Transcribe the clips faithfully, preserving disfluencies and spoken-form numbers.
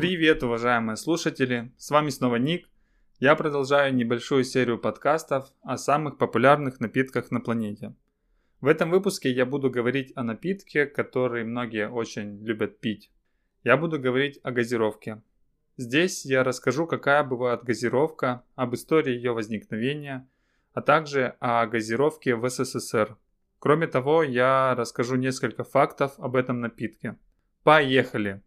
Привет, уважаемые слушатели! С вами снова Ник. Я продолжаю небольшую серию подкастов о самых популярных напитках на планете. В этом выпуске я буду говорить о напитке, который многие очень любят пить. Я буду говорить о газировке. Здесь я расскажу, какая бывает газировка, об истории ее возникновения, а также о газировке в СССР. Кроме того, я расскажу несколько фактов об этом напитке. Поехали!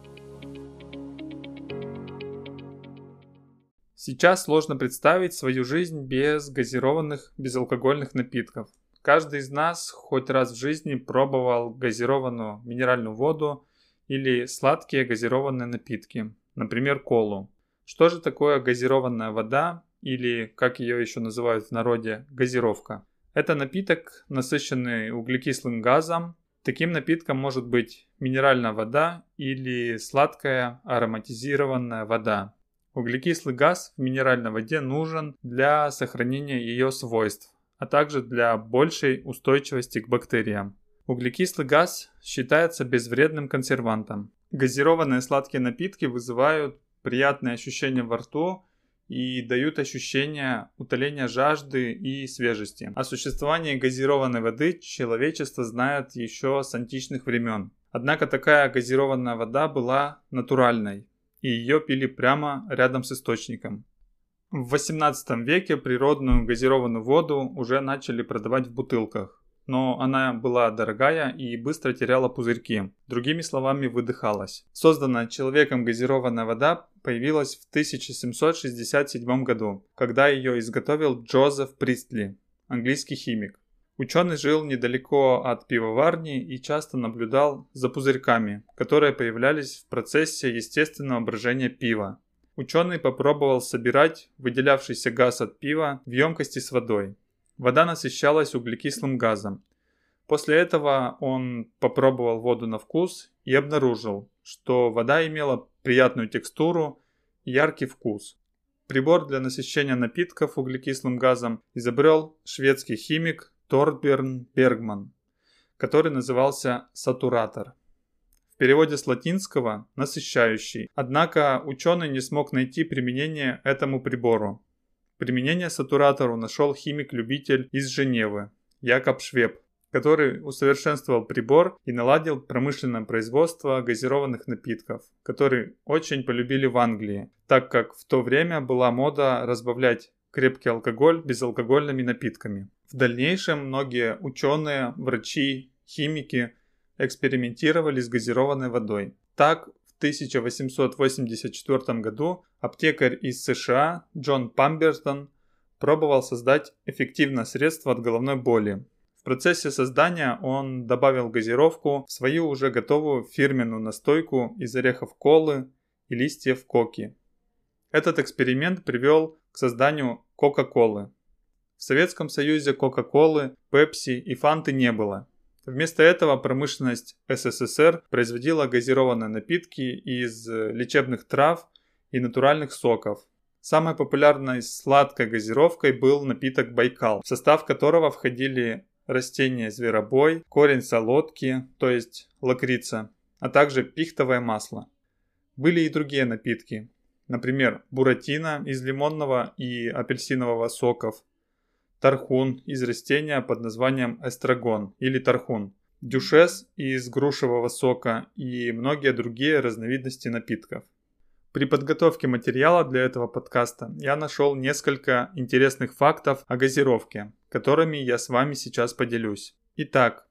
Сейчас сложно представить свою жизнь без газированных, безалкогольных напитков. Каждый из нас хоть раз в жизни пробовал газированную минеральную воду или сладкие газированные напитки, например, колу. Что же такое газированная вода или, как ее еще называют в народе, газировка? Это напиток, насыщенный углекислым газом. Таким напитком может быть минеральная вода или сладкая ароматизированная вода. Углекислый газ в минеральной воде нужен для сохранения ее свойств, а также для большей устойчивости к бактериям. Углекислый газ считается безвредным консервантом. Газированные сладкие напитки вызывают приятные ощущения во рту и дают ощущение утоления жажды и свежести. О существовании газированной воды человечество знает еще с античных времен. Однако такая газированная вода была натуральной, и ее пили прямо рядом с источником. В восемнадцатом веке природную газированную воду уже начали продавать в бутылках, но она была дорогая и быстро теряла пузырьки, другими словами выдыхалась. Созданная человеком газированная вода появилась в тысяча семьсот шестьдесят седьмом году, когда ее изготовил Джозеф Пристли, английский химик. Ученый жил недалеко от пивоварни и часто наблюдал за пузырьками, которые появлялись в процессе естественного брожения пива. Ученый попробовал собирать выделявшийся газ от пива в емкости с водой. Вода насыщалась углекислым газом. После этого он попробовал воду на вкус и обнаружил, что вода имела приятную текстуру и яркий вкус. Прибор для насыщения напитков углекислым газом изобрел шведский химик Торберн Бергман, который назывался сатуратор. В переводе с латинского «насыщающий». Однако ученый не смог найти применение этому прибору. Применение сатуратору нашел химик-любитель из Женевы Якоб Швеб, который усовершенствовал прибор и наладил промышленное производство газированных напитков, которые очень полюбили в Англии, так как в то время была мода разбавлять крепкий алкоголь безалкогольными напитками. В дальнейшем многие ученые, врачи, химики экспериментировали с газированной водой. Так, в тысяча восемьсот восемьдесят четвёртом году аптекарь из США Джон Памбертон пробовал создать эффективное средство от головной боли. В процессе создания он добавил газировку в свою уже готовую фирменную настойку из орехов колы и листьев коки. Этот эксперимент привел к созданию Кока-Колы. В Советском Союзе Кока-Колы, Пепси и Фанты не было. Вместо этого промышленность СССР производила газированные напитки из лечебных трав и натуральных соков. Самой популярной сладкой газировкой был напиток Байкал, в состав которого входили растения зверобой, корень солодки, то есть лакрица, а также пихтовое масло. Были и другие напитки, например, буратино из лимонного и апельсинового соков, тархун из растения под названием эстрагон или тархун, дюшес из грушевого сока и многие другие разновидности напитков. При подготовке материала для этого подкаста я нашел несколько интересных фактов о газировке, которыми я с вами сейчас поделюсь. Итак,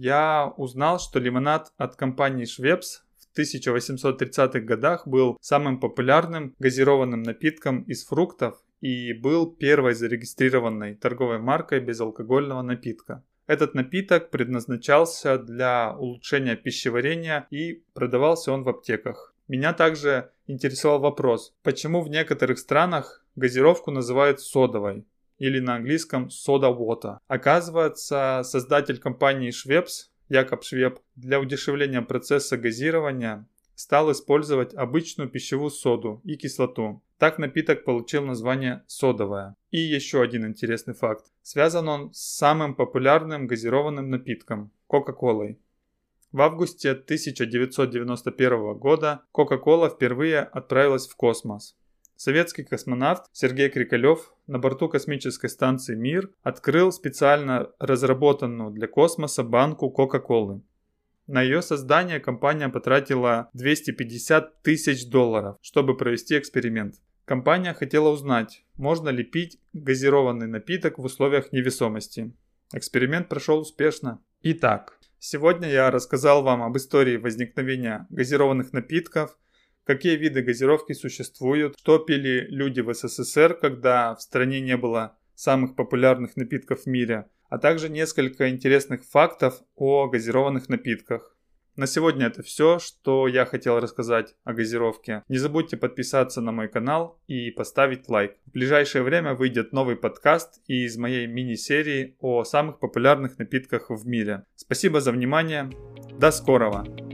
я узнал, что лимонад от компании Швепс в тысяча восемьсот тридцатых годах был самым популярным газированным напитком из фруктов и был первой зарегистрированной торговой маркой безалкогольного напитка. Этот напиток предназначался для улучшения пищеварения и продавался он в аптеках. Меня также интересовал вопрос, почему в некоторых странах газировку называют содовой или на английском soda water. Оказывается, создатель компании Швепс, Якоб Швеб, для удешевления процесса газирования стал использовать обычную пищевую соду и кислоту. Так напиток получил название содовая. И еще один интересный факт. Связан он с самым популярным газированным напитком – Кока-Колой. В августе тысяча девятьсот девяносто первого года Coca-Cola впервые отправилась в космос. Советский космонавт Сергей Крикалев на борту космической станции «Мир» открыл специально разработанную для космоса банку Coca-Cola. На ее создание компания потратила двести пятьдесят тысяч долларов, чтобы провести эксперимент. Компания хотела узнать, можно ли пить газированный напиток в условиях невесомости. Эксперимент прошел успешно. Итак, сегодня я рассказал вам об истории возникновения газированных напитков, какие виды газировки существуют, что пили люди в СССР, когда в стране не было самых популярных напитков в мире, а также несколько интересных фактов о газированных напитках. На сегодня это все, что я хотел рассказать о газировке. Не забудьте подписаться на мой канал и поставить лайк. В ближайшее время выйдет новый подкаст из моей мини-серии о самых популярных напитках в мире. Спасибо за внимание. До скорого!